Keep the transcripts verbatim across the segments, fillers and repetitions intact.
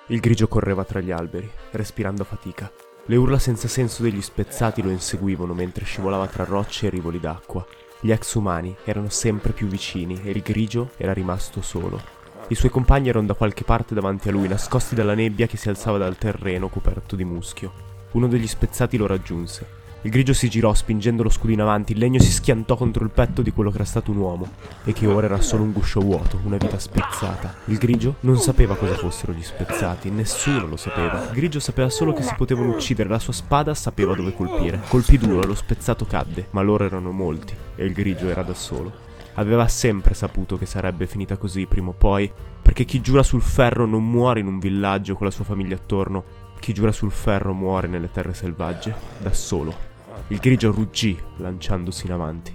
Il grigio correva tra gli alberi, respirando a fatica. Le urla senza senso degli spezzati lo inseguivano mentre scivolava tra rocce e rivoli d'acqua. Gli ex umani erano sempre più vicini e il grigio era rimasto solo. I suoi compagni erano da qualche parte davanti a lui, nascosti dalla nebbia che si alzava dal terreno coperto di muschio. Uno degli spezzati lo raggiunse. Il grigio si girò spingendo lo scudo in avanti, il legno si schiantò contro il petto di quello che era stato un uomo e che ora era solo un guscio vuoto, una vita spezzata. Il grigio non sapeva cosa fossero gli spezzati, nessuno lo sapeva. Il grigio sapeva solo che si potevano uccidere, la sua spada sapeva dove colpire. Colpì duro e lo spezzato cadde, ma loro erano molti e il grigio era da solo. Aveva sempre saputo che sarebbe finita così prima o poi, perché chi giura sul ferro non muore in un villaggio con la sua famiglia attorno. Chi giura sul ferro muore nelle terre selvagge, da solo. Il grigio ruggì, lanciandosi in avanti.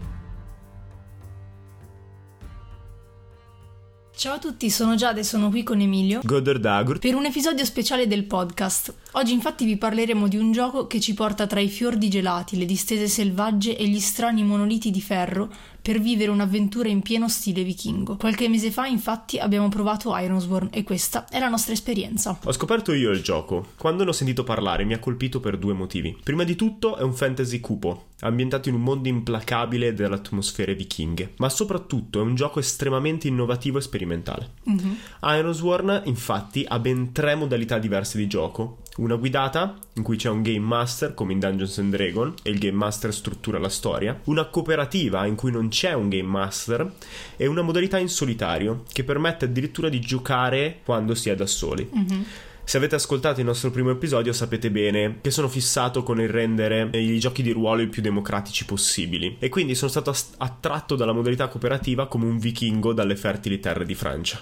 Ciao a tutti, sono Giada e sono qui con Emilio Goddard per un episodio speciale del podcast. Oggi infatti vi parleremo di un gioco che ci porta tra i fiordi gelati, le distese selvagge e gli strani monoliti di ferro per vivere un'avventura in pieno stile vichingo. Qualche mese fa infatti abbiamo provato Ironsworn e questa è la nostra esperienza. Ho scoperto io il gioco. Quando ne ho sentito parlare mi ha colpito per due motivi. Prima di tutto è un fantasy cupo, ambientato in un mondo implacabile delle atmosfere vichinghe, ma soprattutto è un gioco estremamente innovativo e sperimentale. Mm-hmm. Ironsworn infatti ha ben tre modalità diverse di gioco. Una guidata, in cui c'è un Game Master come in Dungeons and Dragons e il Game Master struttura la storia, una cooperativa in cui non c'è un Game Master e una modalità in solitario che permette addirittura di giocare quando si è da soli. Mm-hmm. Se avete ascoltato il nostro primo episodio sapete bene che sono fissato con il rendere i giochi di ruolo i più democratici possibili e quindi sono stato attratto dalla modalità cooperativa come un vichingo dalle fertili terre di Francia.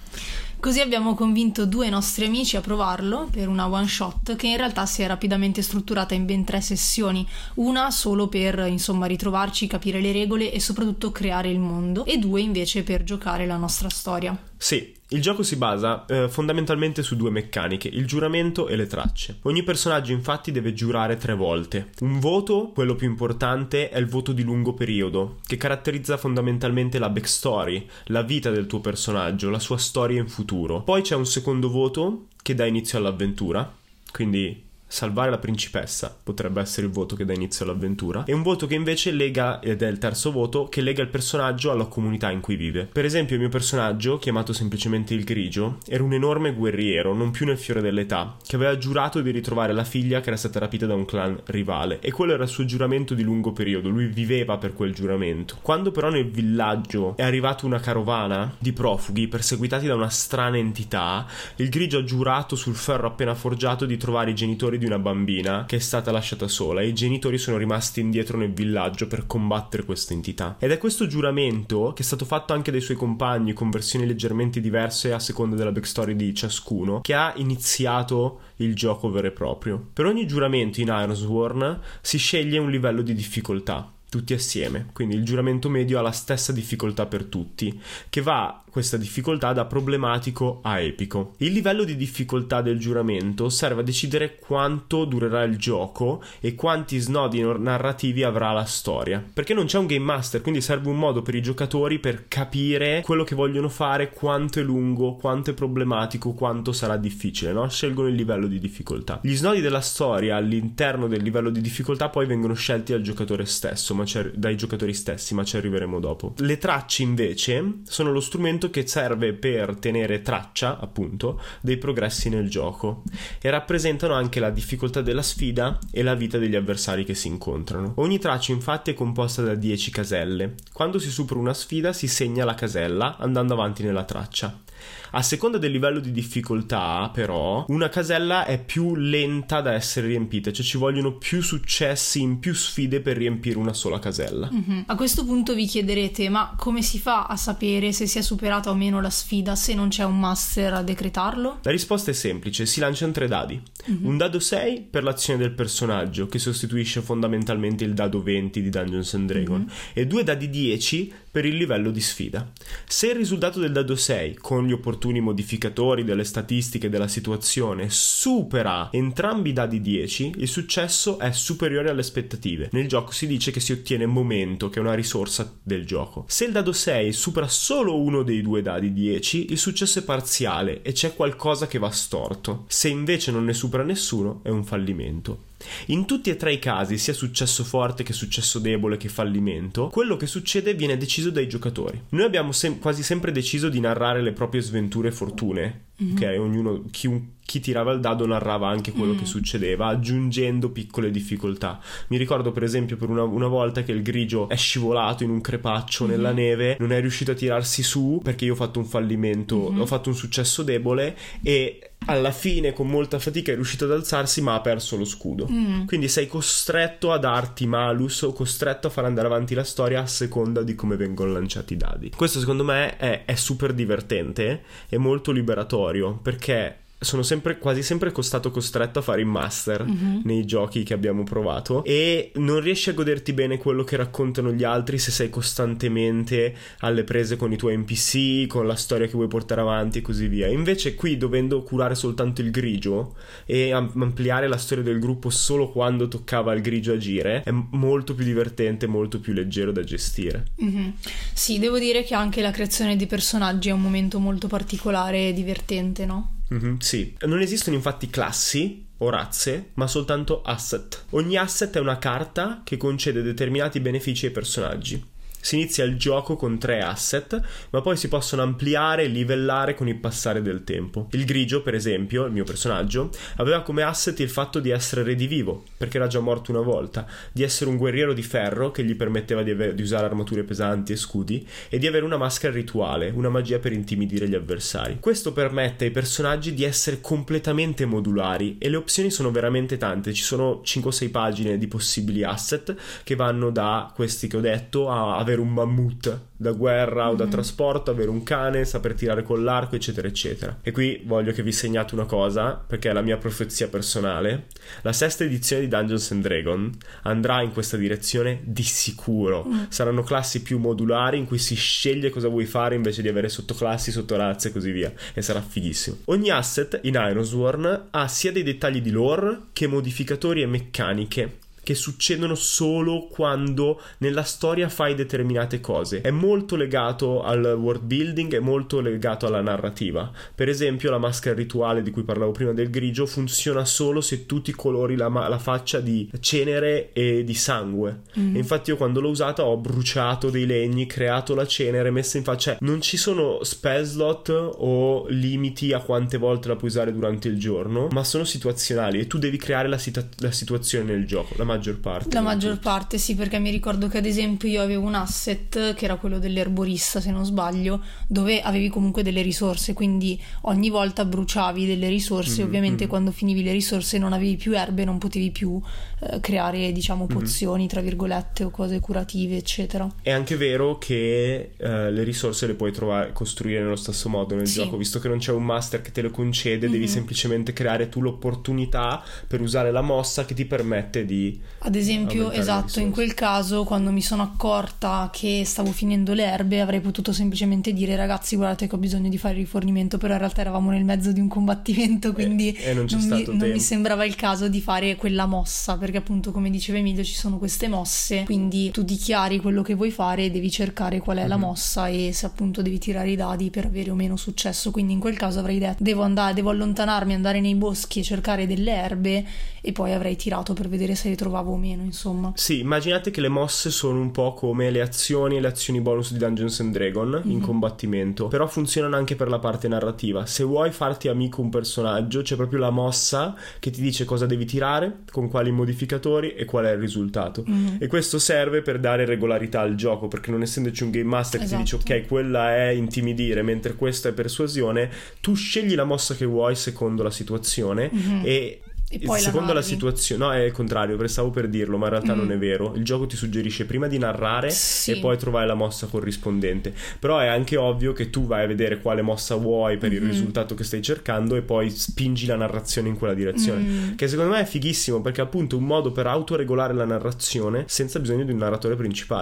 Così abbiamo convinto due nostri amici a provarlo per una one shot che in realtà si è rapidamente strutturata in ben tre sessioni, una solo per insomma ritrovarci, capire le regole e soprattutto creare il mondo, e due invece per giocare la nostra storia. Sì, il gioco si basa eh, fondamentalmente su due meccaniche, il giuramento e le tracce. Ogni personaggio infatti deve giurare tre volte. Un voto, quello più importante, è il voto di lungo periodo, che caratterizza fondamentalmente la backstory, la vita del tuo personaggio, la sua storia in futuro. Poi c'è un secondo voto che dà inizio all'avventura, quindi salvare la principessa potrebbe essere il voto che dà inizio all'avventura, e un voto che invece lega, ed è il terzo voto, che lega il personaggio alla comunità in cui vive. Per esempio il mio personaggio, chiamato semplicemente il grigio, era un enorme guerriero, non più nel fiore dell'età, che aveva giurato di ritrovare la figlia che era stata rapita da un clan rivale, e quello era il suo giuramento di lungo periodo, lui viveva per quel giuramento. Quando però nel villaggio è arrivata una carovana di profughi perseguitati da una strana entità, il grigio ha giurato sul ferro appena forgiato di trovare i genitori di una bambina che è stata lasciata sola e i genitori sono rimasti indietro nel villaggio per combattere questa entità. Ed è questo giuramento, che è stato fatto anche dai suoi compagni con versioni leggermente diverse a seconda della backstory di ciascuno, che ha iniziato il gioco vero e proprio. Per ogni giuramento in Ironsworn si sceglie un livello di difficoltà, tutti assieme, quindi il giuramento medio ha la stessa difficoltà per tutti, che va questa difficoltà da problematico a epico. Il livello di difficoltà del giuramento serve a decidere quanto durerà il gioco e quanti snodi narrativi avrà la storia, perché non c'è un game master, quindi serve un modo per i giocatori per capire quello che vogliono fare, quanto è lungo, quanto è problematico, quanto sarà difficile, no? Scelgono il livello di difficoltà. Gli snodi della storia all'interno del livello di difficoltà poi vengono scelti dal giocatore stesso, ma dai giocatori stessi, ma ci arriveremo dopo. Le tracce invece sono lo strumento che serve per tenere traccia, appunto, dei progressi nel gioco e rappresentano anche la difficoltà della sfida e la vita degli avversari che si incontrano. Ogni traccia infatti è composta da dieci caselle. Quando si supera una sfida si segna la casella andando avanti nella traccia. A seconda del livello di difficoltà, però, una casella è più lenta da essere riempita, cioè ci vogliono più successi in più sfide per riempire una sola casella. Mm-hmm. A questo punto vi chiederete, ma come si fa a sapere se si è superata o meno la sfida se non c'è un master a decretarlo? La risposta è semplice, si lanciano tre dadi. Mm-hmm. Un dado sei per l'azione del personaggio, che sostituisce fondamentalmente il dado venti di Dungeons and Dragons, mm-hmm. e due dadi dieci per il livello di sfida. Se il risultato del dado sei, con gli opportuni modificatori delle statistiche della situazione, supera entrambi i dadi dieci, il successo è superiore alle aspettative. Nel gioco si dice che si ottiene momento, che è una risorsa del gioco. Se il dado sei supera solo uno dei due dadi dieci, il successo è parziale e c'è qualcosa che va storto. Se invece non ne supera nessuno, è un fallimento. In tutti e tre i casi, sia successo forte che successo debole che fallimento, quello che succede viene deciso dai giocatori. Noi abbiamo sem- quasi sempre deciso di narrare le proprie sventure e fortune, mm-hmm. ok? Ognuno, chi, chi tirava il dado narrava anche quello mm. che succedeva, aggiungendo piccole difficoltà. Mi ricordo per esempio per una, una volta che il grigio è scivolato in un crepaccio mm-hmm. nella neve, non è riuscito a tirarsi su perché io ho fatto un fallimento, mm-hmm. ho fatto un successo debole e alla fine con molta fatica è riuscito ad alzarsi ma ha perso lo scudo. Mm. Quindi sei costretto a darti malus o costretto a far andare avanti la storia a seconda di come vengono lanciati i dadi. Questo secondo me è, è super divertente e molto liberatorio, perché sono sempre, quasi sempre stato costretto a fare il master mm-hmm. nei giochi che abbiamo provato, e non riesci a goderti bene quello che raccontano gli altri se sei costantemente alle prese con i tuoi N P C, con la storia che vuoi portare avanti e così via. Invece qui, dovendo curare soltanto il grigio e ampliare la storia del gruppo solo quando toccava al grigio agire, è molto più divertente, molto più leggero da gestire. Mm-hmm. Sì, devo dire che anche la creazione dei personaggi è un momento molto particolare e divertente, no? Mm-hmm, sì, non esistono infatti classi o razze, ma soltanto asset. Ogni asset è una carta che concede determinati benefici ai personaggi. Si inizia il gioco con tre asset, ma poi si possono ampliare e livellare con il passare del tempo. Il grigio, per esempio, il mio personaggio, aveva come asset il fatto di essere redivivo, perché era già morto una volta, di essere un guerriero di ferro che gli permetteva di, ave- di usare armature pesanti e scudi, e di avere una maschera rituale, una magia per intimidire gli avversari. Questo permette ai personaggi di essere completamente modulari, e le opzioni sono veramente tante. Ci sono cinque o sei pagine di possibili asset che vanno da questi che ho detto a avere un mammut da guerra o da mm-hmm. trasporto, avere un cane, saper tirare con l'arco, eccetera eccetera. E qui voglio che vi segnate una cosa, perché è la mia profezia personale: la sesta edizione di Dungeons and Dragons andrà in questa direzione di sicuro. Mm. Saranno classi più modulari in cui si sceglie cosa vuoi fare invece di avere sottoclassi, sottorazze e così via, e sarà fighissimo. Ogni asset in Ironsworn ha sia dei dettagli di lore che modificatori e meccaniche che succedono solo quando nella storia fai determinate cose. È molto legato al world building, è molto legato alla narrativa. Per esempio la maschera rituale di cui parlavo prima del grigio funziona solo se tu ti colori la, ma- la faccia di cenere e di sangue. Mm. E infatti io quando l'ho usata ho bruciato dei legni, creato la cenere, messa in faccia. Non ci sono spell slot o limiti a quante volte la puoi usare durante il giorno, ma sono situazionali e tu devi creare la, situ- la situazione nel gioco. La maggior parte. La maggior tutto. parte, sì, perché mi ricordo che ad esempio io avevo un asset che era quello dell'erborista, se non sbaglio, dove avevi comunque delle risorse, quindi ogni volta bruciavi delle risorse, mm-hmm, ovviamente mm-hmm. quando finivi le risorse non avevi più erbe, non potevi più eh, creare, diciamo, pozioni, mm-hmm. tra virgolette, o cose curative, eccetera. È anche vero che eh, le risorse le puoi trovare, costruire nello stesso modo nel sì. gioco, visto che non c'è un master che te le concede, mm-hmm. devi semplicemente creare tu l'opportunità per usare la mossa che ti permette di ad esempio, esatto, in quel caso quando mi sono accorta che stavo finendo le erbe avrei potuto semplicemente dire: ragazzi, guardate che ho bisogno di fare rifornimento, però in realtà eravamo nel mezzo di un combattimento, quindi e, e non, c'è non, stato mi, non mi sembrava il caso di fare quella mossa, perché appunto, come diceva Emilio, ci sono queste mosse, quindi tu dichiari quello che vuoi fare e devi cercare qual è mm-hmm. la mossa e se appunto devi tirare i dadi per avere o meno successo. Quindi in quel caso avrei detto: devo andare, devo allontanarmi, andare nei boschi e cercare delle erbe, e poi avrei tirato per vedere se le trovavo o meno, insomma. Sì, immaginate che le mosse sono un po' come le azioni e le azioni bonus di Dungeons and Dragons mm-hmm. in combattimento, però funzionano anche per la parte narrativa. Se vuoi farti amico un personaggio, c'è proprio la mossa che ti dice cosa devi tirare, con quali modificatori e qual è il risultato. Mm-hmm. E questo serve per dare regolarità al gioco, perché non essendoci un game master che esatto. ti dice ok, quella è intimidire mentre questa è persuasione, tu scegli la mossa che vuoi secondo la situazione mm-hmm. e E poi secondo la, la situazione, no, è il contrario, stavo per dirlo, ma in realtà mm. non è vero. Il gioco ti suggerisce prima di narrare sì. e poi trovare la mossa corrispondente. Però è anche ovvio che tu vai a vedere quale mossa vuoi per mm-hmm. il risultato che stai cercando e poi spingi la narrazione in quella direzione. Mm. Che secondo me è fighissimo, perché è appunto un modo per autoregolare la narrazione senza bisogno di un narratore principale. Cioè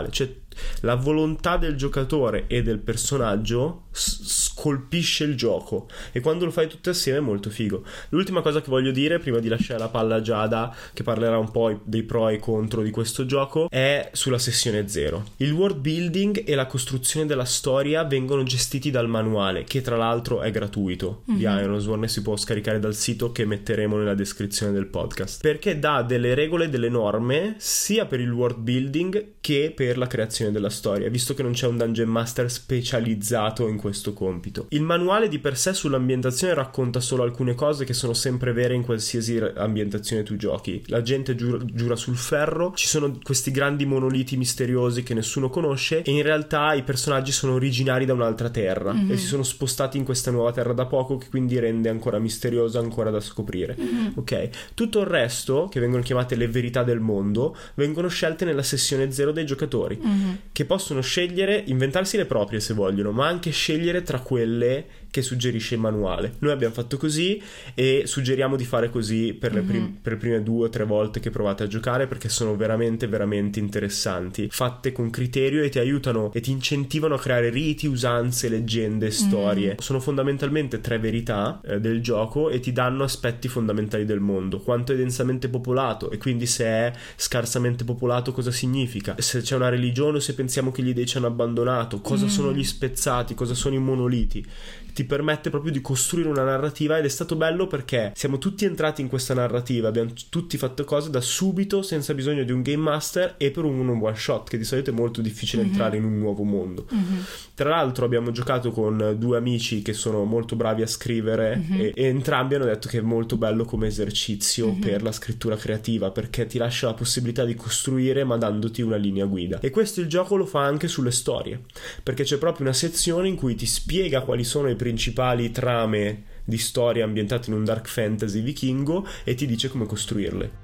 la volontà del giocatore e del personaggio s- scolpisce il gioco, e quando lo fai tutti assieme è molto figo. L'ultima cosa che voglio dire prima di lasciare la palla a Giada, che parlerà un po' dei pro e contro di questo gioco, è sulla sessione zero. Il world building e la costruzione della storia vengono gestiti dal manuale, che tra l'altro è gratuito, mm-hmm. di Ironsworn, e si può scaricare dal sito che metteremo nella descrizione del podcast, perché dà delle regole, delle norme sia per il world building che per la creazione della storia, visto che non c'è un dungeon master specializzato in questo compito. Il manuale di per sé sull'ambientazione racconta solo alcune cose che sono sempre vere in qualsiasi ambientazione tu giochi. La gente giura, giura sul ferro, ci sono questi grandi monoliti misteriosi che nessuno conosce, e in realtà i personaggi sono originari da un'altra terra, mm-hmm. e si sono spostati in questa nuova terra da poco, che quindi rende ancora misteriosa, ancora da scoprire. Mm-hmm. Ok, tutto il resto, che vengono chiamate le verità del mondo, vengono scelte nella sessione zero dei giocatori, mm-hmm. che possono scegliere, inventarsi le proprie se vogliono, ma anche scegliere tra quelle che suggerisce il manuale. Noi abbiamo fatto così e suggeriamo di fare così per le, prim- mm-hmm. per le prime due o tre volte che provate a giocare, perché sono veramente veramente interessanti, fatte con criterio, e ti aiutano e ti incentivano a creare riti, usanze, leggende, storie. Mm-hmm. Sono fondamentalmente tre verità eh, del gioco, e ti danno aspetti fondamentali del mondo: quanto è densamente popolato, e quindi se è scarsamente popolato cosa significa, se c'è una religione o se pensiamo che gli dei ci hanno abbandonato, cosa mm-hmm. sono gli spezzati, cosa sono i monoliti. Ti permette proprio di costruire una narrativa, ed è stato bello perché siamo tutti entrati in questa narrativa, abbiamo tutti fatto cose da subito senza bisogno di un game master e per un one shot, che di solito è molto difficile mm-hmm. entrare in un nuovo mondo. Mm-hmm. Tra l'altro abbiamo giocato con due amici che sono molto bravi a scrivere, mm-hmm. e, e entrambi hanno detto che è molto bello come esercizio mm-hmm. per la scrittura creativa, perché ti lascia la possibilità di costruire ma dandoti una linea guida. E questo il gioco lo fa anche sulle storie, perché c'è proprio una sezione in cui ti spiega quali sono i principali trame di storia ambientate in un dark fantasy vichingo e ti dice come costruirle.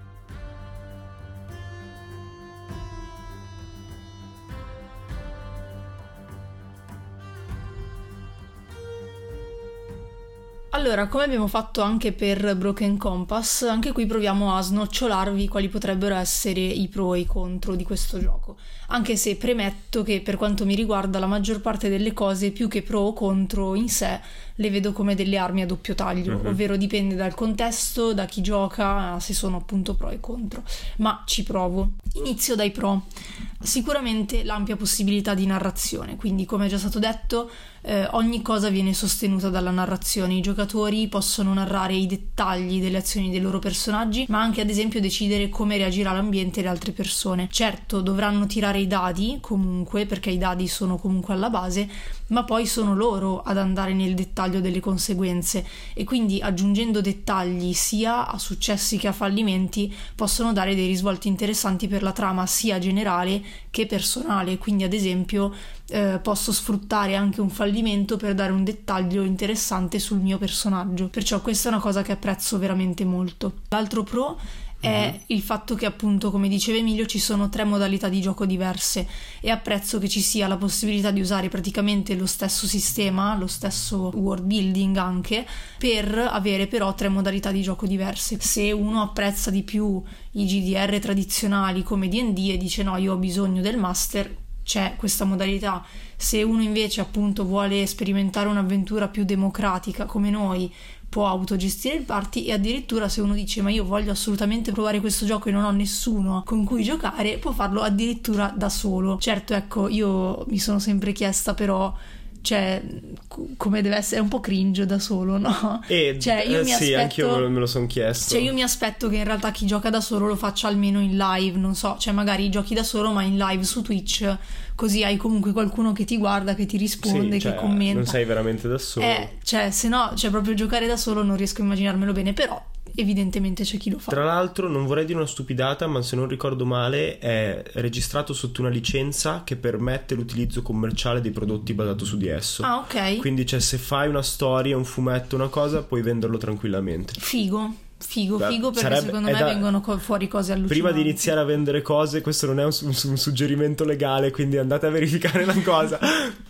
Allora, come abbiamo fatto anche per Broken Compass, anche qui proviamo a snocciolarvi quali potrebbero essere i pro e i contro di questo gioco, anche se premetto che per quanto mi riguarda la maggior parte delle cose, più che pro o contro in sé, le vedo come delle armi a doppio taglio, uh-huh. ovvero dipende dal contesto, da chi gioca, se sono appunto pro e contro, ma ci provo. Inizio dai pro. Sicuramente l'ampia possibilità di narrazione, quindi come è già stato detto eh, ogni cosa viene sostenuta dalla narrazione. I giocatori possono narrare i dettagli delle azioni dei loro personaggi, ma anche ad esempio decidere come reagirà l'ambiente e le altre persone. Certo, dovranno tirare i dadi comunque, perché i dadi sono comunque alla base, ma poi sono loro ad andare nel dettaglio delle conseguenze, e quindi aggiungendo dettagli sia a successi che a fallimenti possono dare dei risvolti interessanti per la trama sia generale che personale. Quindi ad esempio eh, posso sfruttare anche un fallimento per dare un dettaglio interessante sul mio personaggio, perciò questa è una cosa che apprezzo veramente molto. L'altro pro è mm-hmm. il fatto che appunto, come diceva Emilio, ci sono tre modalità di gioco diverse, e apprezzo che ci sia la possibilità di usare praticamente lo stesso sistema, lo stesso world building anche, per avere però tre modalità di gioco diverse. Se uno apprezza di più i G D R tradizionali come D and D e dice no, io ho bisogno del master, c'è questa modalità. Se uno invece appunto vuole sperimentare un'avventura più democratica come noi, può autogestire il party, e addirittura se uno dice ma io voglio assolutamente provare questo gioco e non ho nessuno con cui giocare, può farlo addirittura da solo. Certo, ecco, io mi sono sempre chiesta però, cioè, come deve essere, un po' cringe da solo, no? E, cioè, io eh, mi sì, aspetto, anch'io me lo sono chiesto. Cioè, io mi aspetto che in realtà chi gioca da solo lo faccia almeno in live, non so, cioè magari giochi da solo ma in live su Twitch, così hai comunque qualcuno che ti guarda, che ti risponde, sì, cioè, che commenta. Non sei veramente da solo. Eh, cioè, se no, cioè proprio giocare da solo non riesco a immaginarmelo bene, però evidentemente c'è chi lo fa. Tra l'altro, non vorrei dire una stupidata, ma se non ricordo male è registrato sotto una licenza che permette l'utilizzo commerciale dei prodotti basato su di esso. Ah, ok. Quindi, cioè, se fai una storia, un fumetto, una cosa, puoi venderlo tranquillamente. Figo. Figo, Beh, figo, perché sarebbe, secondo me da, vengono co- fuori cose allucinanti. Prima di iniziare a vendere cose, questo non è un, un, un suggerimento legale, quindi andate a verificare la cosa.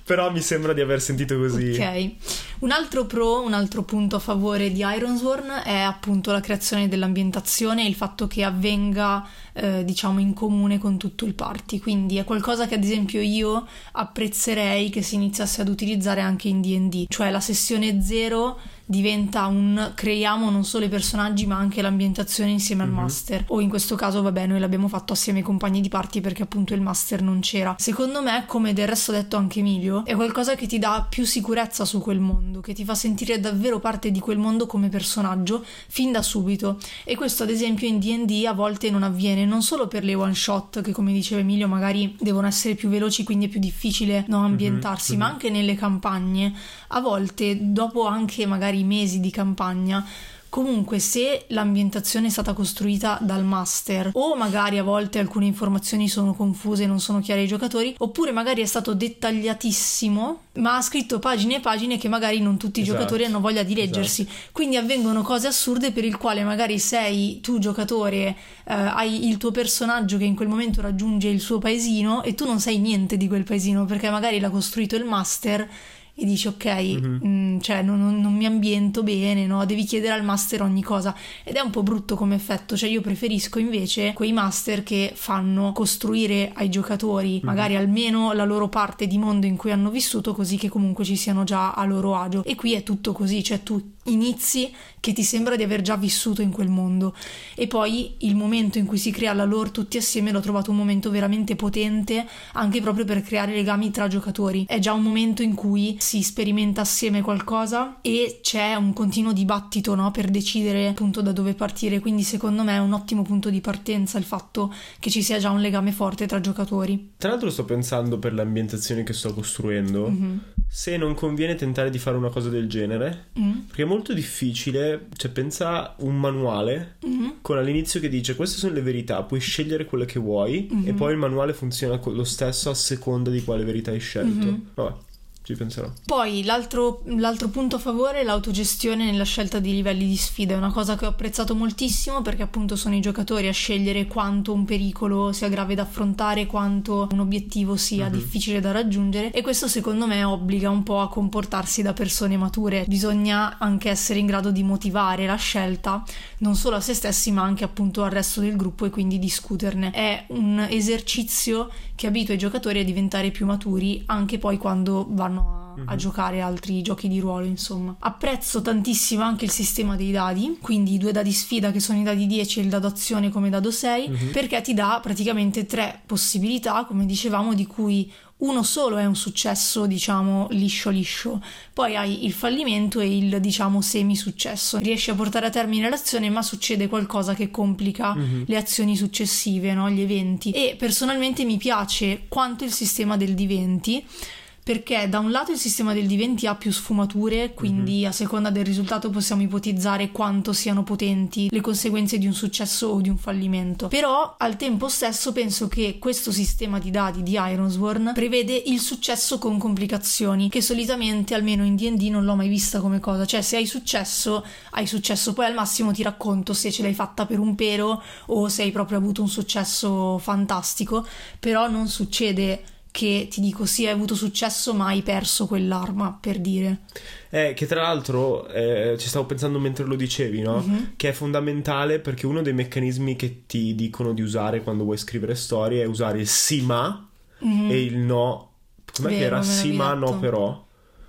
Però mi sembra di aver sentito così. Ok. Un altro pro, un altro punto a favore di Ironsworn è appunto la creazione dell'ambientazione e il fatto che avvenga eh, diciamo in comune con tutto il party, quindi è qualcosa che ad esempio io apprezzerei che si iniziasse ad utilizzare anche in D and D, cioè la sessione zero diventa un creiamo non solo i personaggi ma anche l'ambientazione insieme al mm-hmm. master, o in questo caso vabbè noi l'abbiamo fatto assieme ai compagni di party perché appunto il master non c'era. Secondo me, come del resto ha detto anche Emilio, è qualcosa che ti dà più sicurezza su quel mondo, che ti fa sentire davvero parte di quel mondo come personaggio fin da subito, e questo ad esempio in D and D a volte non avviene, non solo per le one shot che come diceva Emilio magari devono essere più veloci quindi è più difficile no, ambientarsi, mm-hmm. ma anche nelle campagne a volte dopo anche magari mesi di campagna comunque se l'ambientazione è stata costruita dal master o magari a volte alcune informazioni sono confuse e non sono chiare ai giocatori, oppure magari è stato dettagliatissimo ma ha scritto pagine e pagine che magari non tutti esatto. i giocatori hanno voglia di leggersi, esatto. quindi avvengono cose assurde per il quale magari sei tu giocatore, eh, hai il tuo personaggio che in quel momento raggiunge il suo paesino e tu non sai niente di quel paesino perché magari l'ha costruito il master e dici ok, mm-hmm. mh, cioè non, non, non mi ambiento bene, no? Devi chiedere al master ogni cosa ed è un po' brutto come effetto, cioè io preferisco invece quei master che fanno costruire ai giocatori mm-hmm. magari almeno la loro parte di mondo in cui hanno vissuto, così che comunque ci siano già a loro agio, e qui è tutto così, cioè tu inizi che ti sembra di aver già vissuto in quel mondo e poi il momento in cui si crea la lore tutti assieme l'ho trovato un momento veramente potente anche proprio per creare legami tra giocatori, è già un momento in cui si sperimenta assieme qualcosa e c'è un continuo dibattito, no, per decidere appunto da dove partire, quindi secondo me è un ottimo punto di partenza il fatto che ci sia già un legame forte tra giocatori. Tra l'altro sto pensando per l'ambientazione che sto costruendo mm-hmm. se non conviene tentare di fare una cosa del genere mm. perché è molto difficile, cioè pensa un manuale mm-hmm. con all'inizio che dice queste sono le verità, puoi scegliere quelle che vuoi mm-hmm. e poi il manuale funziona lo stesso a seconda di quale verità hai scelto mm-hmm. vabbè, ci penserò. Poi l'altro, l'altro punto a favore è l'autogestione nella scelta di livelli di sfida, è una cosa che ho apprezzato moltissimo perché appunto sono i giocatori a scegliere quanto un pericolo sia grave da affrontare, quanto un obiettivo sia uh-huh. difficile da raggiungere, e questo secondo me obbliga un po' a comportarsi da persone mature, bisogna anche essere in grado di motivare la scelta non solo a se stessi ma anche appunto al resto del gruppo e quindi discuterne. È un esercizio che abitua i giocatori a diventare più maturi anche poi quando vanno a, mm-hmm. a giocare altri giochi di ruolo, insomma. Apprezzo tantissimo anche il sistema dei dadi, quindi i due dadi sfida che sono i dadi dieci e il dado azione come dado sei, mm-hmm. perché ti dà praticamente tre possibilità, come dicevamo, di cui uno solo è un successo, diciamo, liscio liscio, poi hai il fallimento e il, diciamo, semi-successo. Riesci a portare a termine l'azione ma succede qualcosa che complica mm-hmm. le azioni successive, no? Gli eventi. E personalmente mi piace quanto il sistema del D venti, perché da un lato il sistema del D venti ha più sfumature, quindi mm-hmm. a seconda del risultato possiamo ipotizzare quanto siano potenti le conseguenze di un successo o di un fallimento, però al tempo stesso penso che questo sistema di dadi di Ironsworn prevede il successo con complicazioni, che solitamente almeno in D and D non l'ho mai vista come cosa, cioè se hai successo hai successo, poi al massimo ti racconto se ce l'hai fatta per un pero o se hai proprio avuto un successo fantastico, però non succede che ti dico sì hai avuto successo ma hai perso quell'arma, per dire. Eh, che tra l'altro eh, ci stavo pensando mentre lo dicevi, no? Mm-hmm. Che è fondamentale perché uno dei meccanismi che ti dicono di usare quando vuoi scrivere storie è usare il sì ma mm-hmm. e il no. Com'è Vero, che era? Sì ma no però.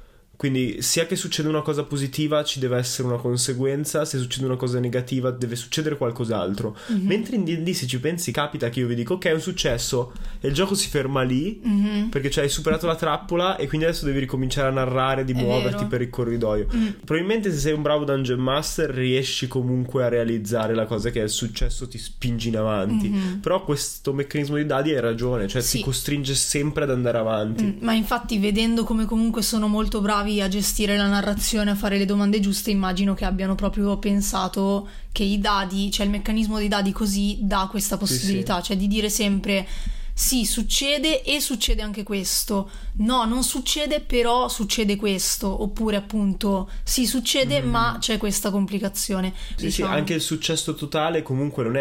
Quindi sia che succeda una cosa positiva ci deve essere una conseguenza, se succede una cosa negativa deve succedere qualcos'altro. Mm-hmm. Mentre in D and D, se ci pensi, capita che io vi dico ok è un successo e il gioco si ferma lì mm-hmm. perché cioè hai superato la trappola e quindi adesso devi ricominciare a narrare, di è muoverti vero. Per il corridoio. Mm. Probabilmente se sei un bravo Dungeon Master riesci comunque a realizzare la cosa che è il successo, ti spingi in avanti. Mm-hmm. Però questo meccanismo di dadi hai ragione, cioè sì. ti costringe sempre ad andare avanti. Mm, ma infatti vedendo come comunque sono molto bravi a gestire la narrazione, a fare le domande giuste, immagino che abbiano proprio pensato che i dadi, cioè il meccanismo dei dadi così dà questa possibilità, sì, sì. cioè di dire sempre sì, succede e succede anche questo, no, non succede però succede questo, oppure appunto sì, succede mm. ma c'è questa complicazione. Sì, diciamo. sì, anche il successo totale comunque non è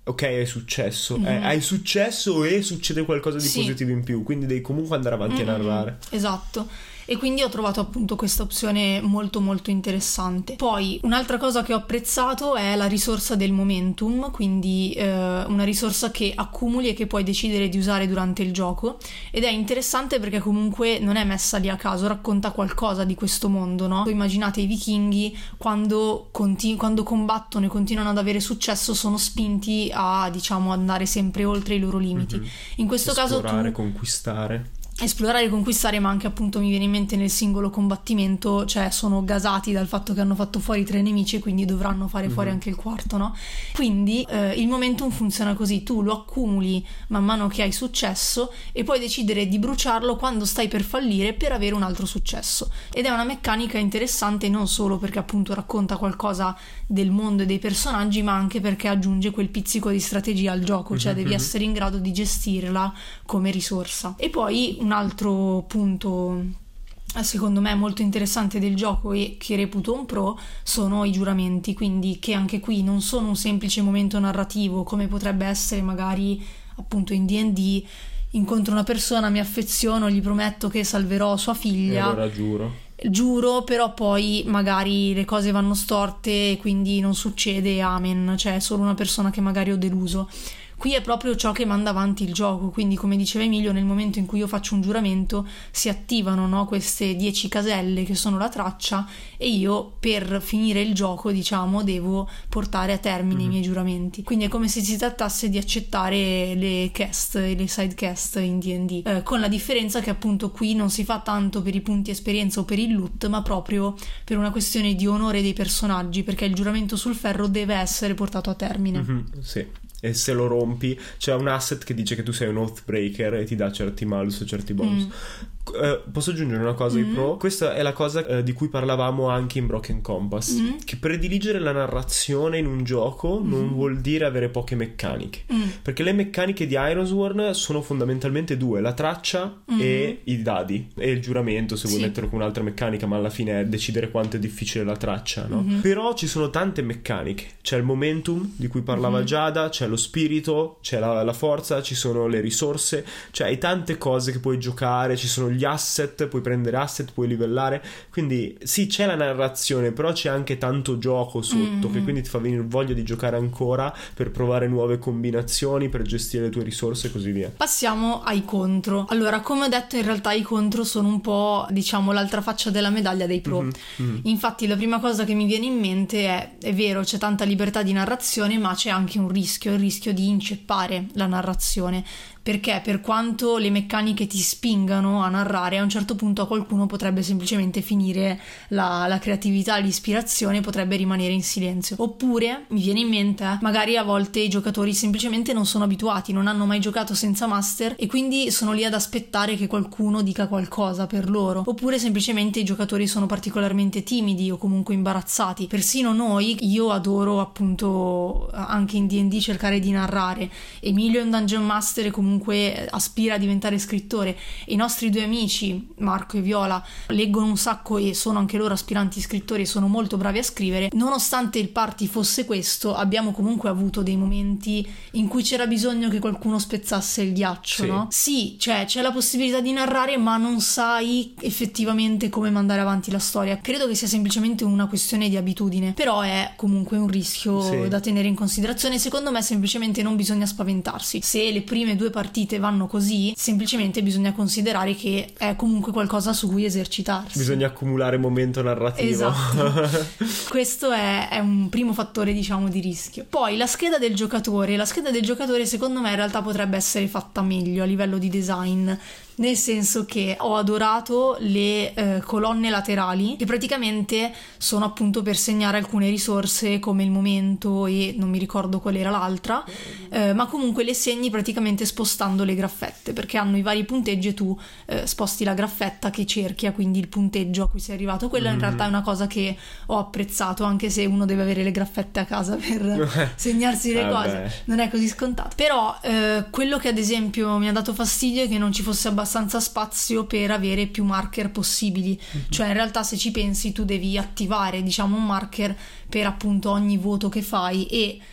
ok, hai successo, mm. eh, hai successo e succede qualcosa di sì. positivo in più, quindi devi comunque andare avanti mm. a narrare. Esatto. E quindi ho trovato appunto questa opzione molto molto interessante. Poi un'altra cosa che ho apprezzato è la risorsa del momentum, quindi eh, una risorsa che accumuli e che puoi decidere di usare durante il gioco, ed è interessante perché comunque non è messa lì a caso, racconta qualcosa di questo mondo, no? Immaginate i vichinghi quando, continu- quando combattono e continuano ad avere successo sono spinti a, diciamo, andare sempre oltre i loro limiti. Mm-hmm. In questo Esplorare, caso tu... conquistare esplorare e conquistare, ma anche appunto mi viene in mente nel singolo combattimento, cioè sono gasati dal fatto che hanno fatto fuori tre nemici e quindi dovranno fare fuori mm-hmm. anche il quarto, no? Quindi eh, il momentum funziona così, tu lo accumuli man mano che hai successo e puoi decidere di bruciarlo quando stai per fallire per avere un altro successo, ed è una meccanica interessante non solo perché appunto racconta qualcosa del mondo e dei personaggi, ma anche perché aggiunge quel pizzico di strategia al gioco, cioè mm-hmm. devi essere in grado di gestirla come risorsa. E poi un altro punto secondo me molto interessante del gioco e che reputo un pro sono i giuramenti, quindi che anche qui non sono un semplice momento narrativo come potrebbe essere magari appunto in D and D. Incontro una persona, mi affeziono, gli prometto che salverò sua figlia e allora giuro giuro, però poi magari le cose vanno storte e quindi non succede, amen, cioè è solo una persona che magari ho deluso. Qui è proprio ciò che manda avanti il gioco, quindi come diceva Emilio, nel momento in cui io faccio un giuramento si attivano, no, queste dieci caselle che sono la traccia e io per finire il gioco, diciamo, devo portare a termine mm-hmm. i miei giuramenti. Quindi è come se si trattasse di accettare le cast e le side cast in D and D, eh, con la differenza che appunto qui non si fa tanto per i punti esperienza o per il loot, ma proprio per una questione di onore dei personaggi, perché il giuramento sul ferro deve essere portato a termine. Mm-hmm, sì. E se lo rompi c'è un asset che dice che tu sei un Oathbreaker e ti dà certi malus o certi bonus. Mm. Uh, posso aggiungere una cosa mm. di pro? Questa è la cosa uh, di cui parlavamo anche in Broken Compass, mm. che prediligere la narrazione in un gioco mm. non vuol dire avere poche meccaniche, mm. perché le meccaniche di Ironsworn sono fondamentalmente due: la traccia mm. e i dadi e il giuramento, se vuoi sì. metterlo con un'altra meccanica, ma alla fine è decidere quanto è difficile la traccia, no? Mm-hmm. Però ci sono tante meccaniche, c'è il momentum di cui parlava mm-hmm. Giada, c'è lo spirito, c'è la, la forza, ci sono le risorse, cioè hai tante cose che puoi giocare, ci sono gli asset, puoi prendere asset, puoi livellare, quindi sì, c'è la narrazione, però c'è anche tanto gioco sotto mm. che quindi ti fa venire voglia di giocare ancora per provare nuove combinazioni, per gestire le tue risorse e così via. Passiamo ai contro. Allora, come ho detto, in realtà i contro sono un po', diciamo, l'altra faccia della medaglia dei pro. Mm-hmm. Mm. Infatti la prima cosa che mi viene in mente è, è vero, c'è tanta libertà di narrazione, ma c'è anche un rischio, il rischio di inceppare la narrazione, perché per quanto le meccaniche ti spingano a narrare, a un certo punto a qualcuno potrebbe semplicemente finire la, la creatività, l'ispirazione, potrebbe rimanere in silenzio. Oppure mi viene in mente, magari a volte i giocatori semplicemente non sono abituati, non hanno mai giocato senza master e quindi sono lì ad aspettare che qualcuno dica qualcosa per loro. Oppure semplicemente i giocatori sono particolarmente timidi o comunque imbarazzati. Persino noi, io adoro appunto anche in D and D cercare di narrare. Emilio è un dungeon master e comunque comunque aspira a diventare scrittore, e i nostri due amici Marco e Viola leggono un sacco e sono anche loro aspiranti scrittori e sono molto bravi a scrivere. Nonostante il party fosse questo, abbiamo comunque avuto dei momenti in cui c'era bisogno che qualcuno spezzasse il ghiaccio, sì. no? Sì, cioè c'è la possibilità di narrare, ma non sai effettivamente come mandare avanti la storia. Credo che sia semplicemente una questione di abitudine, però è comunque un rischio sì. da tenere in considerazione. Secondo me semplicemente non bisogna spaventarsi. Se le prime due partite vanno così, semplicemente bisogna considerare che è comunque qualcosa su cui esercitarsi. Bisogna accumulare momento narrativo. Esatto. Questo è, è un primo fattore, diciamo, di rischio. Poi la scheda del giocatore. La scheda del giocatore secondo me in realtà potrebbe essere fatta meglio a livello di design, nel senso che ho adorato le eh, colonne laterali, che praticamente sono appunto per segnare alcune risorse come il momento e non mi ricordo qual era l'altra, eh, ma comunque le segni praticamente spostando le graffette, perché hanno i vari punteggi e tu eh, sposti la graffetta che cerchia, quindi il punteggio a cui sei arrivato. Quella mm-hmm. in realtà è una cosa che ho apprezzato, anche se uno deve avere le graffette a casa per segnarsi le cose, non è così scontato. Però eh, quello che ad esempio mi ha dato fastidio è che non ci fosse abbastanza spazio per avere più marker possibili, mm-hmm. cioè in realtà se ci pensi tu devi attivare, diciamo, un marker per appunto ogni voto che fai, e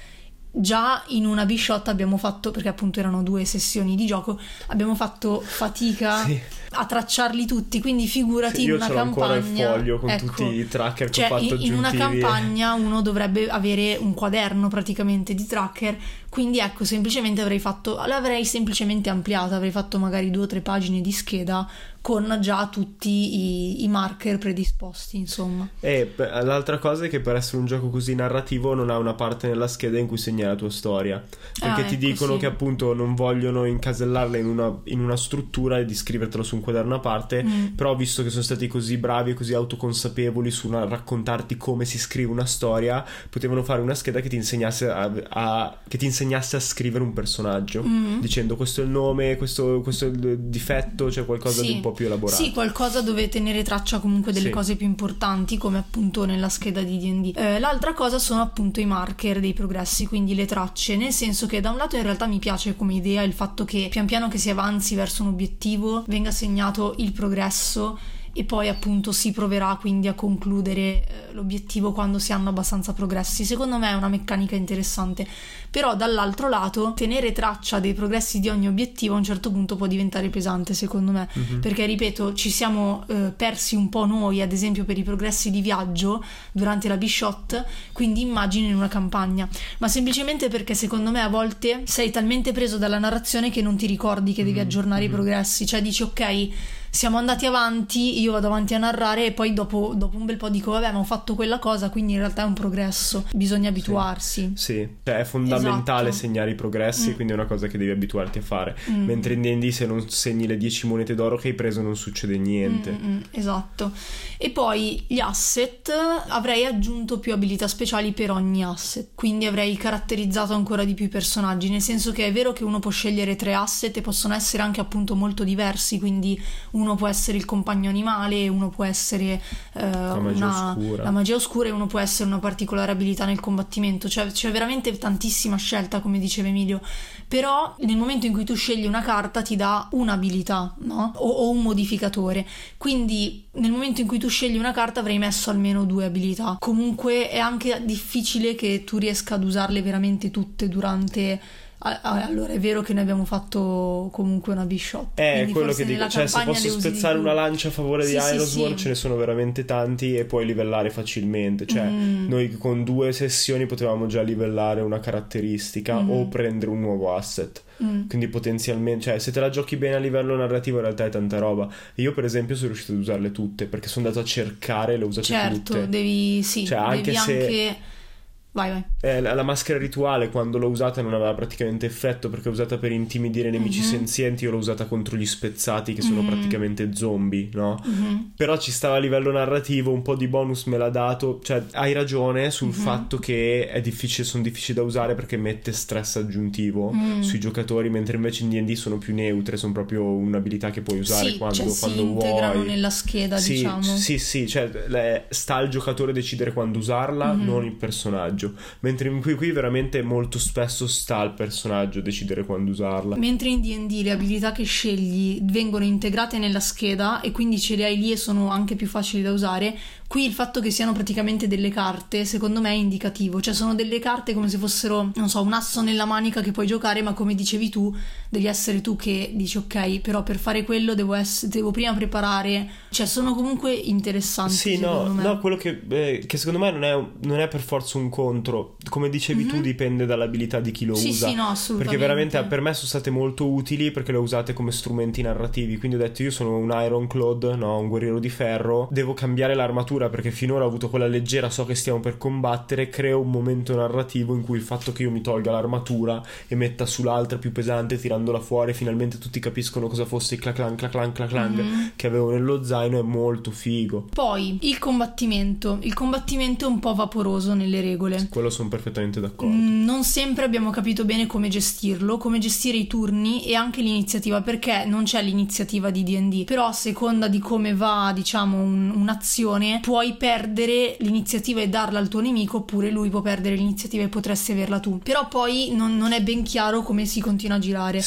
già in una B-Shot abbiamo fatto, perché appunto erano due sessioni di gioco, abbiamo fatto fatica sì. a tracciarli tutti, quindi figurati sì, in una campagna. Io ce l'ho ancora il foglio con ecco, tutti i tracker che cioè, ho fatto in, in una aggiuntivi. campagna uno dovrebbe avere un quaderno praticamente di tracker, quindi ecco, semplicemente avrei fatto, l'avrei semplicemente ampliata, avrei fatto magari due o tre pagine di scheda con già tutti i, i marker predisposti, insomma. E l'altra cosa è che per essere un gioco così narrativo non ha una parte nella scheda in cui segna la tua storia, perché ah, ti ecco, dicono sì. che appunto non vogliono incasellarla in una, in una struttura e di scrivertelo su un quaderno a parte, mm. però visto che sono stati così bravi e così autoconsapevoli su una, raccontarti come si scrive una storia, potevano fare una scheda che ti insegnasse a, a, che ti insegnasse a scrivere un personaggio, mm. dicendo questo è il nome, questo, questo è il difetto, cioè qualcosa sì. di un po' più elaborato. Sì, qualcosa dove tenere traccia comunque delle sì. cose più importanti, come appunto nella scheda di D and D. Eh, l'altra cosa sono appunto i marker dei progressi, quindi le tracce, nel senso che da un lato in realtà mi piace come idea il fatto che pian piano che si avanzi verso un obiettivo venga segnato il progresso e poi appunto si proverà quindi a concludere eh, l'obiettivo quando si hanno abbastanza progressi. Secondo me è una meccanica interessante, però dall'altro lato tenere traccia dei progressi di ogni obiettivo a un certo punto può diventare pesante, secondo me, mm-hmm. perché ripeto, ci siamo eh, persi un po' noi, ad esempio per i progressi di viaggio durante la B-Shot, quindi immagini in una campagna, ma semplicemente perché secondo me a volte sei talmente preso dalla narrazione che non ti ricordi che devi aggiornare mm-hmm. i progressi, cioè dici ok, siamo andati avanti, io vado avanti a narrare e poi dopo, dopo un bel po' dico vabbè, ma ho fatto quella cosa, quindi in realtà è un progresso, bisogna abituarsi. Sì, sì. Cioè è fondamentale esatto. segnare i progressi, mm. quindi è una cosa che devi abituarti a fare, mm. mentre in D and D se non segni le dieci monete d'oro che hai preso non succede niente. Mm-mm, esatto. E poi gli asset, avrei aggiunto più abilità speciali per ogni asset, quindi avrei caratterizzato ancora di più i personaggi, nel senso che è vero che uno può scegliere tre asset e possono essere anche appunto molto diversi, quindi uno può essere il compagno animale, uno può essere eh, la, magia una, oscura. la magia oscura e uno può essere una particolare abilità nel combattimento, cioè c'è veramente tantissima scelta, come diceva Emilio, però nel momento in cui tu scegli una carta ti dà un'abilità, no? O, o un modificatore, quindi nel momento in cui tu scegli una carta avrei messo almeno due abilità. Comunque è anche difficile che tu riesca ad usarle veramente tutte durante... Allora è vero che noi abbiamo fatto comunque una B-Shot, è quello che dico, cioè se posso spezzare una lancia a favore sì, di sì, Iron sì. ce ne sono veramente tanti e puoi livellare facilmente, cioè mm. noi con due sessioni potevamo già livellare una caratteristica mm. o prendere un nuovo asset, mm. quindi potenzialmente, cioè se te la giochi bene a livello narrativo in realtà è tanta roba. Io per esempio sono riuscito ad usarle tutte perché sono andato a cercare e le ho usate certo, tutte. Certo, devi sì, cioè, devi anche se anche... Vai, vai. Eh, la, la maschera rituale quando l'ho usata non aveva praticamente effetto perché è usata per intimidire nemici mm-hmm. senzienti. Io l'ho usata contro gli spezzati che sono mm-hmm. praticamente zombie, no? Mm-hmm. Però ci stava a livello narrativo, un po' di bonus me l'ha dato. Cioè hai ragione sul mm-hmm. fatto che è difficile, sono difficili da usare perché mette stress aggiuntivo mm. sui giocatori, mentre invece in D and D sono più neutre, sono proprio un'abilità che puoi usare sì, quando, cioè quando si vuoi. integrano nella scheda, sì, diciamo. Sì, sì, cioè le, sta al giocatore decidere quando usarla, mm-hmm. non il personaggio. Mentre in qui, qui veramente molto spesso sta al personaggio decidere quando usarla. Mentre in D and D le abilità che scegli vengono integrate nella scheda e quindi ce le hai lì e sono anche più facili da usare, qui il fatto che siano praticamente delle carte secondo me è indicativo, cioè sono delle carte come se fossero, non so, un asso nella manica che puoi giocare, ma come dicevi tu devi essere tu che dici ok, però per fare quello devo, essere, devo prima preparare, cioè sono comunque interessanti. Sì, no, me. no, quello che, eh, che secondo me non è, non è per forza un contro, come dicevi mm-hmm. tu dipende dall'abilità di chi lo sì, usa, sì, no, assolutamente, perché veramente per me sono state molto utili perché le ho usate come strumenti narrativi, quindi ho detto io sono un Ironclad, no, un guerriero di ferro, devo cambiare l'armatura perché finora ho avuto quella leggera, so che stiamo per combattere, creo un momento narrativo in cui il fatto che io mi tolga l'armatura e metta sull'altra più pesante tirandola fuori, finalmente tutti capiscono cosa fosse il claclan claclan claclan mm-hmm. che avevo nello zaino, è molto figo. Poi il combattimento il combattimento è un po' vaporoso nelle regole, quello sono perfettamente d'accordo. Mm, non sempre abbiamo capito bene come gestirlo, come gestire i turni e anche l'iniziativa, perché non c'è l'iniziativa di D and D, però a seconda di come va, diciamo, un, un'azione puoi perdere l'iniziativa e darla al tuo nemico, oppure lui può perdere l'iniziativa e potresti averla tu, però poi non, non è ben chiaro come si continua a girare. Sì.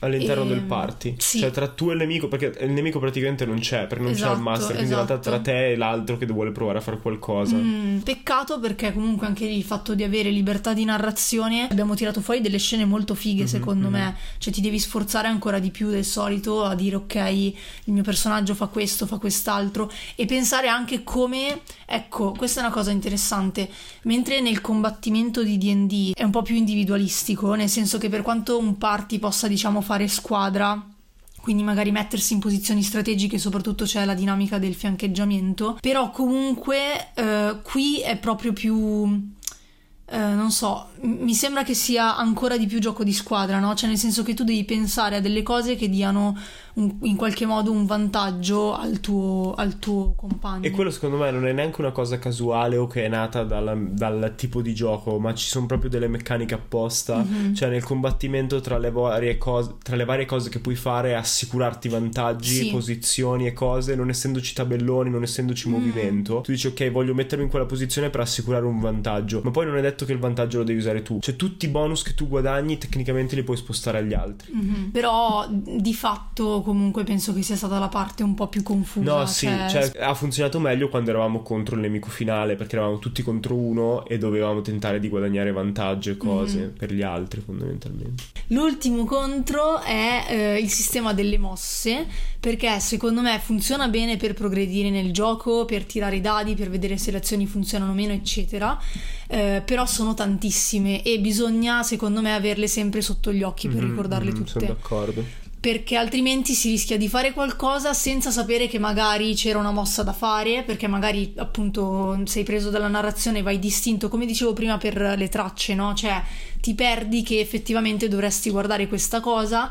all'interno e... del party, sì. Cioè tra tu e il nemico, perché il nemico praticamente non c'è, perché non esatto, c'è il master, quindi esatto. in realtà tra te e l'altro che vuole provare a fare qualcosa. Mm, peccato, perché comunque anche lì il fatto di avere libertà di narrazione, abbiamo tirato fuori delle scene molto fighe, mm-hmm, secondo mm-hmm. me, cioè ti devi sforzare ancora di più del solito a dire ok, il mio personaggio fa questo, fa quest'altro, e pensare anche come, ecco, questa è una cosa interessante, mentre nel combattimento di D and D è un po' più individualistico, nel senso che per quanto un party possa, diciamo, fare squadra, quindi magari mettersi in posizioni strategiche, soprattutto c'è la dinamica del fiancheggiamento, però comunque eh, qui è proprio più... Uh, non so, mi sembra che sia ancora di più gioco di squadra, no? Cioè nel senso che tu devi pensare a delle cose che diano un, in qualche modo un vantaggio al tuo, al tuo compagno. E quello secondo me non è neanche una cosa casuale o che è nata dalla, dal tipo di gioco, ma ci sono proprio delle meccaniche apposta, mm-hmm. Cioè nel combattimento tra le varie cose, tra le varie cose che puoi fare, assicurarti vantaggi, sì. Posizioni e cose, non essendoci tabelloni, non essendoci mm. movimento. Tu dici ok, voglio mettermi in quella posizione per assicurare un vantaggio, ma poi non è detto che il vantaggio lo devi usare tu, cioè tutti i bonus che tu guadagni tecnicamente li puoi spostare agli altri, mm-hmm. Però di fatto comunque penso che sia stata la parte un po' più confusa. No sì, cioè... cioè ha funzionato meglio quando eravamo contro il nemico finale, perché eravamo tutti contro uno e dovevamo tentare di guadagnare vantaggio e cose mm-hmm. per gli altri fondamentalmente. L'ultimo contro è eh, il sistema delle mosse, perché secondo me funziona bene per progredire nel gioco, per tirare i dadi, per vedere se le azioni funzionano o meno eccetera, eh, però sono tantissime e bisogna secondo me averle sempre sotto gli occhi per mm-hmm, ricordarle tutte. Sono d'accordo. Perché altrimenti si rischia di fare qualcosa senza sapere che magari c'era una mossa da fare, perché magari appunto sei preso dalla narrazione, vai distinto, come dicevo prima per le tracce, no? Cioè ti perdi che effettivamente dovresti guardare questa cosa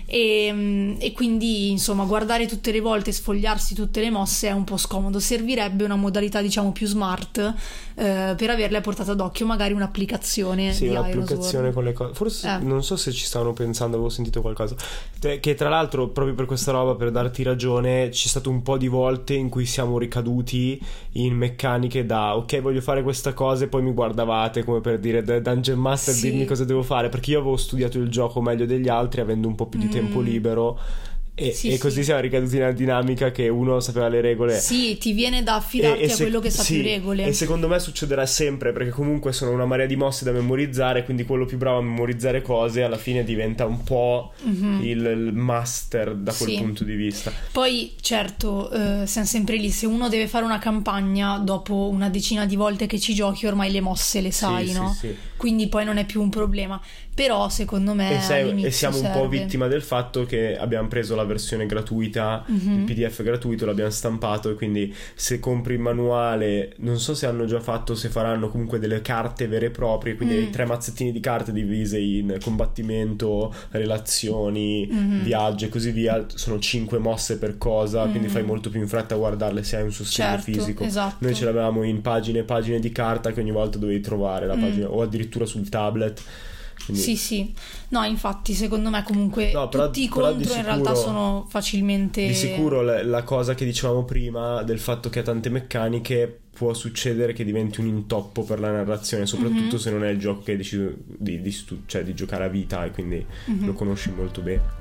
e, e quindi insomma guardare tutte le volte, sfogliarsi tutte le mosse è un po' scomodo. Servirebbe una modalità diciamo più smart eh, per averle a portata d'occhio, magari un'applicazione sì, di un'applicazione con le cose, forse eh. non so se ci stavano pensando, avevo sentito qualcosa che tra l'altro proprio per questa roba, per darti ragione, c'è stato un po' di volte in cui siamo ricaduti in meccaniche da ok voglio fare questa cosa e poi mi guardavate come per dire Dungeon Master sì. Dimmi cosa devo fare, perché io avevo studiato il gioco meglio degli altri avendo un po' più di mm. tempo libero e, sì, e così sì. siamo ricaduti nella dinamica che uno sapeva le regole. Sì, ti viene da affidarti e, e se, a quello che sa sì, più regole. E secondo me succederà sempre, perché comunque sono una marea di mosse da memorizzare, quindi quello più bravo a memorizzare cose alla fine diventa un po' mm-hmm. il, il master da quel sì. punto di vista. Poi certo, eh, siamo sempre lì, se uno deve fare una campagna dopo una decina di volte che ci giochi ormai le mosse le sai, sì, no? Sì, sì. Quindi poi non è più un problema. Però secondo me e, sei, e siamo serve. un po' vittima del fatto che abbiamo preso la versione gratuita, mm-hmm. il P D F gratuito, l'abbiamo stampato, e quindi se compri il manuale, non so se hanno già fatto, se faranno comunque delle carte vere e proprie, quindi mm. tre mazzettini di carte divise in combattimento, relazioni, mm-hmm. viaggio e così via, sono cinque mosse per cosa, mm. quindi fai molto più in fretta a guardarle se hai un sostegno certo, fisico. Esatto. Noi ce l'avevamo in pagine e pagine di carta che ogni volta dovevi trovare la pagina mm. o addirittura sul tablet. Quindi... Sì, sì. No, infatti, secondo me comunque no, però, tutti i contro sicuro, in realtà sono facilmente... Di sicuro la, la cosa che dicevamo prima del fatto che ha tante meccaniche, può succedere che diventi un intoppo per la narrazione, soprattutto mm-hmm. se non è il gioco che hai deciso di, di, cioè, di giocare a vita e quindi mm-hmm. lo conosci molto bene.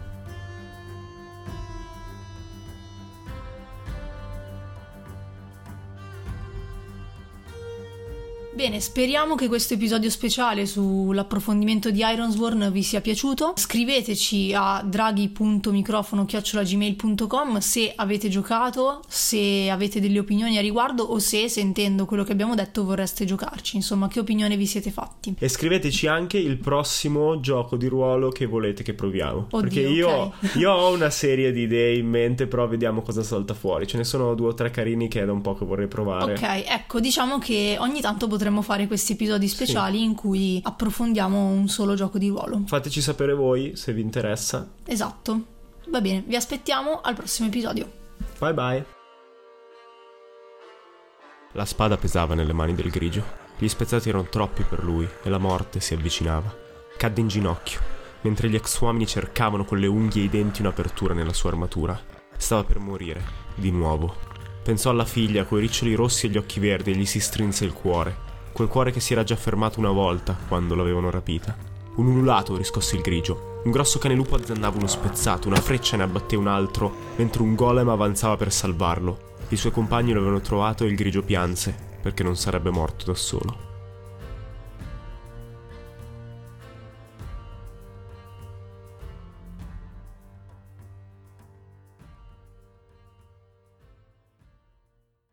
Bene, speriamo che questo episodio speciale sull'approfondimento di Ironsworn vi sia piaciuto. Scriveteci a draghi punto microfono chiocciola gmail punto com se avete giocato, se avete delle opinioni a riguardo o se, sentendo quello che abbiamo detto, vorreste giocarci. Insomma, che opinione vi siete fatti. E scriveteci anche il prossimo gioco di ruolo che volete che proviamo. Oddio, perché io, okay. io ho una serie di idee in mente, però vediamo cosa salta fuori. Ce ne sono due o tre carini che è da un po' che vorrei provare. Ok, ecco, diciamo che ogni tanto potremmo fare questi episodi speciali sì. in cui approfondiamo un solo gioco di ruolo. Fateci sapere voi se vi interessa. Esatto. Va bene, vi aspettiamo al prossimo episodio. Bye bye. La spada pesava nelle mani del grigio. Gli spezzati erano troppi per lui e la morte si avvicinava. Cadde in ginocchio, mentre gli ex uomini cercavano con le unghie e i denti un'apertura nella sua armatura. Stava per morire, di nuovo. Pensò alla figlia coi riccioli rossi e gli occhi verdi e gli si strinse il cuore. Quel cuore che si era già fermato una volta quando l'avevano rapita. Un ululato riscosse il grigio. Un grosso cane lupo azzannava uno spezzato, una freccia ne abbatté un altro, mentre un golem avanzava per salvarlo. I suoi compagni lo avevano trovato e il grigio pianse, perché non sarebbe morto da solo.